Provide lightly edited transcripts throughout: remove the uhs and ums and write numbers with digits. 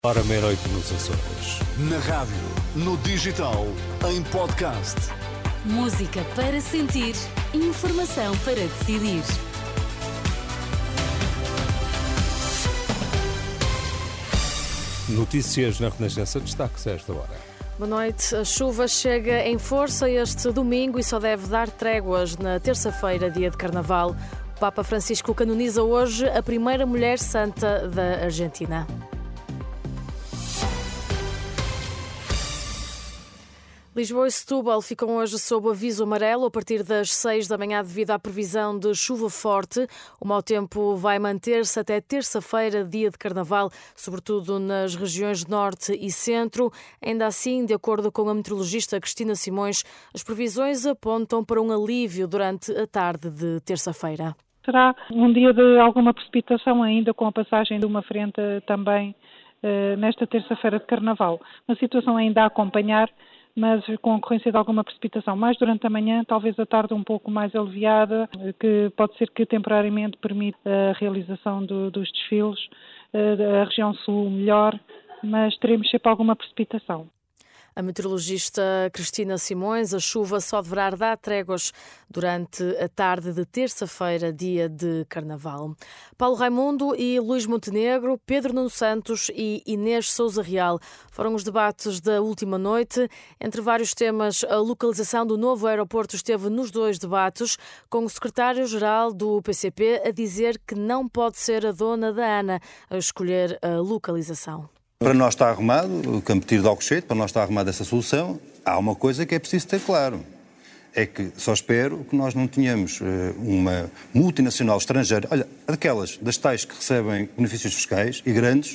Hora meia-noite nos Açores. Na rádio, no digital, em podcast. Música para sentir, informação para decidir. Notícias na Renascença, destaque-se a esta hora. Boa noite. A chuva chega em força este domingo e só deve dar tréguas na terça-feira, dia de Carnaval. O Papa Francisco canoniza hoje a primeira mulher santa da Argentina. Lisboa e Setúbal ficam hoje sob aviso amarelo a partir das 6 da manhã devido à previsão de chuva forte. O mau tempo vai manter-se até terça-feira, dia de Carnaval, sobretudo nas regiões norte e centro. Ainda assim, de acordo com a meteorologista Cristina Simões, as previsões apontam para um alívio durante a tarde de terça-feira. Será um dia de alguma precipitação ainda, com a passagem de uma frente também nesta terça-feira de Carnaval. Uma situação ainda a acompanhar, mas com a ocorrência de alguma precipitação mais durante a manhã, talvez a tarde um pouco mais aliviada, que pode ser que temporariamente permita a realização dos desfiles, da região sul melhor, mas teremos sempre alguma precipitação. A meteorologista Cristina Simões, a chuva só deverá dar tréguas durante a tarde de terça-feira, dia de Carnaval. Paulo Raimundo e Luís Montenegro, Pedro Nuno Santos e Inês Sousa Real foram os debates da última noite. Entre vários temas, a localização do novo aeroporto esteve nos dois debates, com o secretário-geral do PCP a dizer que não pode ser a dona da ANA a escolher a localização. Para nós está arrumado, o Campo de Tiro de Alcochete, para nós está arrumada essa solução. Há uma coisa que é preciso ter claro, é que só espero que nós não tenhamos uma multinacional estrangeira, olha, daquelas, das tais que recebem benefícios fiscais, e grandes,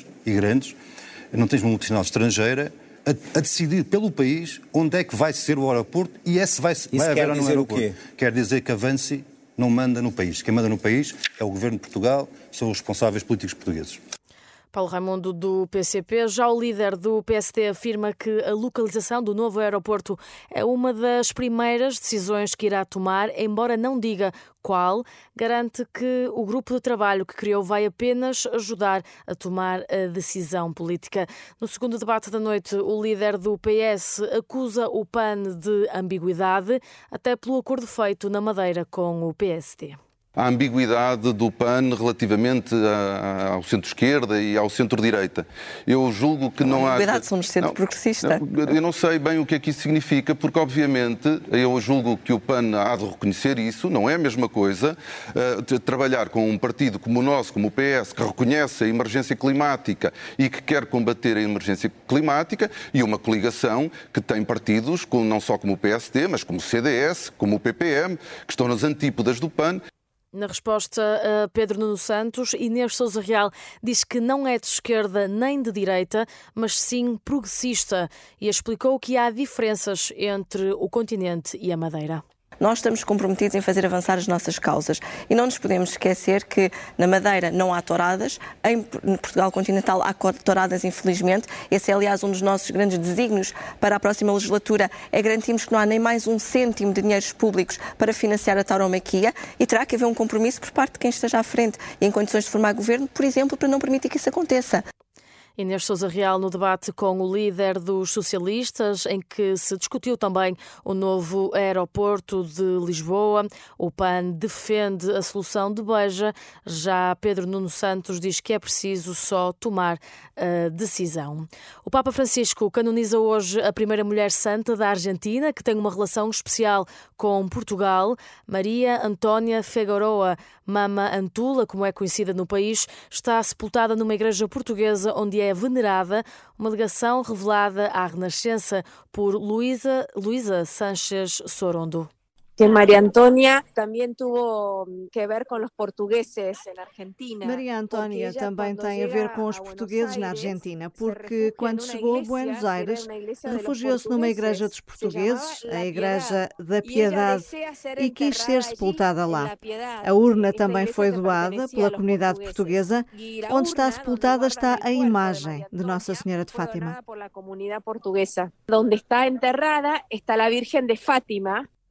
não tens uma multinacional estrangeira a decidir pelo país onde é que vai ser o aeroporto e esse vai haver ou não aeroporto. Quer dizer que a Vinci não manda no país. Quem manda no país é o Governo de Portugal, são os responsáveis políticos portugueses. Paulo Raimundo, do PCP. Já o líder do PSD afirma que a localização do novo aeroporto é uma das primeiras decisões que irá tomar, embora não diga qual. Garante que o grupo de trabalho que criou vai apenas ajudar a tomar a decisão política. No segundo debate da noite, o líder do PS acusa o PAN de ambiguidade, até pelo acordo feito na Madeira com o PSD. A ambiguidade do PAN relativamente ao centro-esquerda e ao centro-direita. Eu julgo que não há... Ambiguidade, somos centro-progressista. Eu não sei bem o que é que isso significa, porque obviamente eu julgo que o PAN há de reconhecer isso, não é a mesma coisa trabalhar com um partido como o nosso, como o PS, que reconhece a emergência climática e que quer combater a emergência climática, e uma coligação que tem partidos, não só como o PSD, mas como o CDS, como o PPM, que estão nas antípodas do PAN. Na resposta a Pedro Nuno Santos, Inês Sousa Real diz que não é de esquerda nem de direita, mas sim progressista, e explicou que há diferenças entre o continente e a Madeira. Nós estamos comprometidos em fazer avançar as nossas causas e não nos podemos esquecer que na Madeira não há touradas, em Portugal continental há touradas, infelizmente. Esse é, aliás, um dos nossos grandes desígnios para a próxima legislatura, é garantirmos que não há nem mais um cêntimo de dinheiros públicos para financiar a tauromaquia, e terá que haver um compromisso por parte de quem esteja à frente e em condições de formar governo, por exemplo, para não permitir que isso aconteça. Inês Sousa Real no debate com o líder dos socialistas, em que se discutiu também o novo aeroporto de Lisboa. O PAN defende a solução de Beja, já Pedro Nuno Santos diz que é preciso só tomar a decisão. O Papa Francisco canoniza hoje a primeira mulher santa da Argentina, que tem uma relação especial com Portugal. Maria Antónia Figueroa Mama Antula, como é conhecida no país, está sepultada numa igreja portuguesa onde é venerada, uma legação revelada à Renascença por Luísa Sánchez Sorondo. Que Maria Antônia também teve que ver com os portugueses na Argentina. Maria Antônia também tem a ver com os portugueses na Argentina, porque quando chegou a Buenos Aires, refugiou-se numa igreja dos portugueses, a Igreja da Piedade, e quis ser sepultada lá. A urna também foi doada pela comunidade portuguesa, onde está sepultada está a imagem de Nossa Senhora de Fátima. Onde está enterrada está a Virgem de Fátima.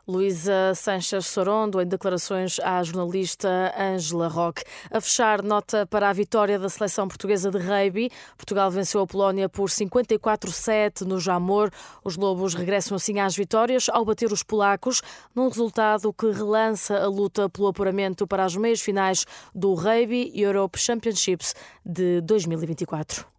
Luísa Sanches Sorondo, em declarações à jornalista Ângela Roque. A fechar, nota para a vitória da seleção portuguesa de rugby. Portugal venceu a Polónia por 54-7 no Jamor. Os Lobos regressam assim às vitórias ao bater os polacos, num resultado que relança a luta pelo apuramento para as meias finais do Rugby Europe Championships de 2024.